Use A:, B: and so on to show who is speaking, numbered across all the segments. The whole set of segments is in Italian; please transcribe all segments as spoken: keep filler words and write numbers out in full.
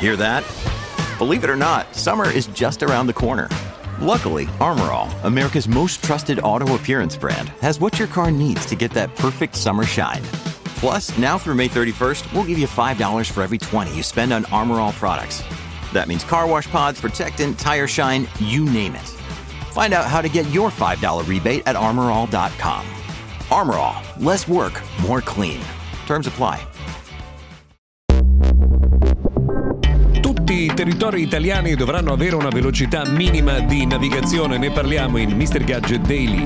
A: Hear that? Believe it or not, summer is just around the corner. Luckily, Armor All, America's most trusted auto appearance brand, has what your car needs to get that perfect summer shine. Plus, now through May thirty-first, we'll give you five dollars for every twenty you spend on Armor All products. That means car wash pods, protectant, tire shine, you name it. Find out how to get your five dollars rebate at armor all dot com. Armor All, less work, more clean. Terms apply.
B: Tutti i territori italiani dovranno avere una velocità minima di navigazione. Ne parliamo in mister Gadget Daily.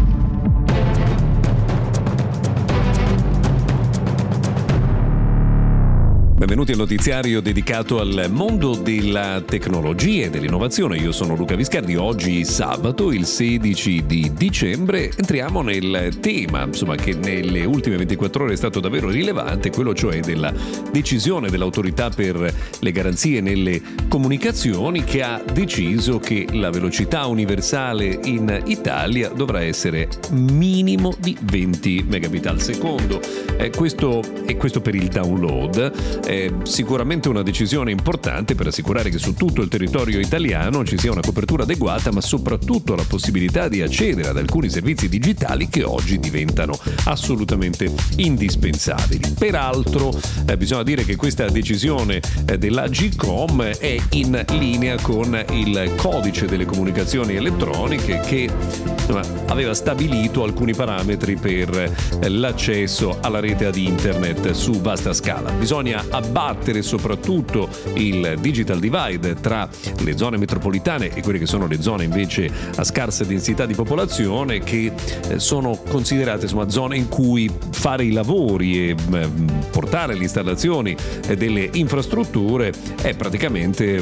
B: Benvenuti al notiziario dedicato al mondo della tecnologia e dell'innovazione. Io sono Luca Viscardi. Oggi sabato, il sedici di dicembre, entriamo nel tema, insomma, che nelle ultime ventiquattro ore è stato davvero rilevante, quello cioè della decisione dell'autorità per le garanzie nelle comunicazioni, che ha deciso che la velocità universale in Italia dovrà essere minimo di venti megabit al secondo. Eh, questo è questo per il download. È sicuramente una decisione importante per assicurare che su tutto il territorio italiano ci sia una copertura adeguata, ma soprattutto la possibilità di accedere ad alcuni servizi digitali che oggi diventano assolutamente indispensabili. Peraltro eh, bisogna dire che questa decisione eh, dell'Agcom è in linea con il codice delle comunicazioni elettroniche che insomma, aveva stabilito alcuni parametri per eh, l'accesso alla rete ad internet su vasta scala. Bisogna abbattere soprattutto il digital divide tra le zone metropolitane e quelle che sono le zone invece a scarsa densità di popolazione, che sono considerate insomma zone in cui fare i lavori e portare le installazioni delle infrastrutture è praticamente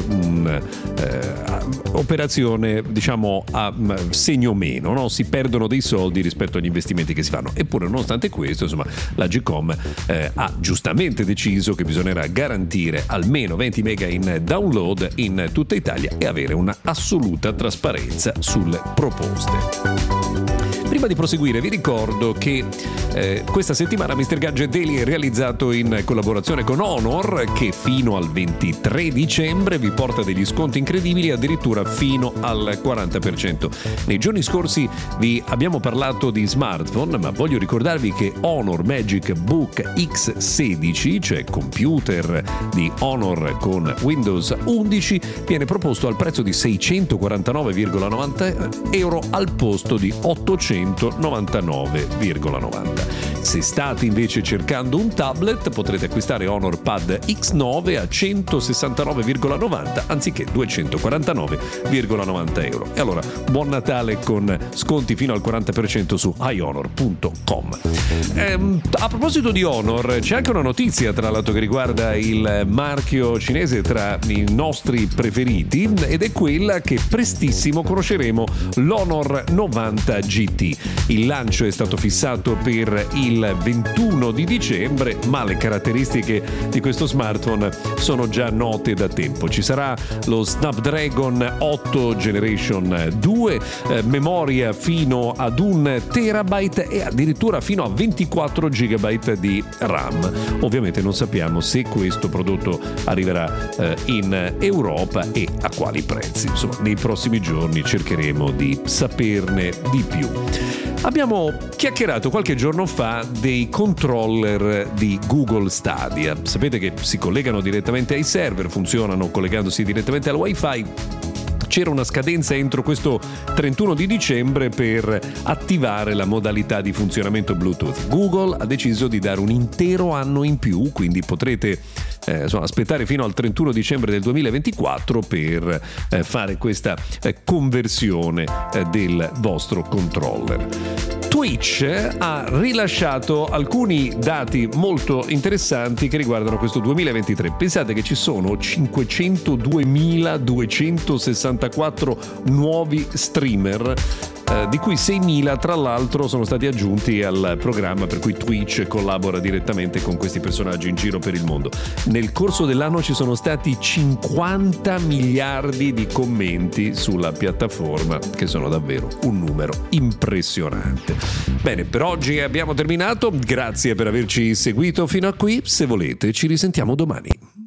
B: un'operazione eh, diciamo a segno meno, no? Si perdono dei soldi rispetto agli investimenti che si fanno. Eppure, nonostante questo, insomma, l'Agcom eh, ha giustamente deciso che bisognerà garantire almeno venti mega in download in tutta Italia e avere una assoluta trasparenza sulle proposte. Prima di proseguire vi ricordo che eh, questa settimana mister Gadget Daily è realizzato in collaborazione con Honor, che fino al ventitré dicembre vi porta degli sconti incredibili, addirittura fino al quaranta per cento. Nei giorni scorsi vi abbiamo parlato di smartphone, ma voglio ricordarvi che Honor Magic Book X sedici, cioè computer di Honor con Windows undici, viene proposto al prezzo di seicentoquarantanove virgola novanta euro al posto di ottocentonovantanove virgola novanta. Se state invece cercando un tablet, potrete acquistare Honor Pad X nove a centosessantanove virgola novanta anziché duecentoquarantanove virgola novanta euro. E allora, buon Natale con sconti fino al quaranta per cento su i honor punto com. Ehm, a proposito di Honor, c'è anche una notizia tra l'altro che riguarda il marchio cinese tra i nostri preferiti, ed è quella che prestissimo conosceremo l'Honor novanta G T. Il lancio è stato fissato per il ventuno di dicembre, ma le caratteristiche di questo smartphone sono già note da tempo. Ci sarà lo Snapdragon otto Generation due, eh, memoria fino ad un terabyte e addirittura fino a ventiquattro gigabyte di RAM. Ovviamente non sappiamo se questo prodotto arriverà eh, in Europa e a quali prezzi. Insomma, nei prossimi giorni cercheremo di saperne di più. Abbiamo chiacchierato qualche giorno fa dei controller di Google Stadia. Sapete che si collegano direttamente ai server, funzionano collegandosi direttamente al Wi-Fi. C'era una scadenza entro questo trentuno di dicembre per attivare la modalità di funzionamento Bluetooth. Google ha deciso di dare un intero anno in più, quindi potrete eh, insomma, aspettare fino al trentuno dicembre del duemilaventiquattro per eh, fare questa eh, conversione eh, del vostro controller. Twitch ha rilasciato alcuni dati molto interessanti che riguardano questo duemilaventitré. Pensate che ci sono cinquecentoduemiladuecentosessantaquattro nuovi streamer, eh, di cui seimila tra l'altro sono stati aggiunti al programma per cui Twitch collabora direttamente con questi personaggi in giro per il mondo. Nel corso dell'anno ci sono stati cinquanta miliardi di commenti sulla piattaforma, che sono davvero un numero impressionante. Bene, per oggi abbiamo terminato. Grazie per averci seguito fino a qui. Se volete, ci risentiamo domani.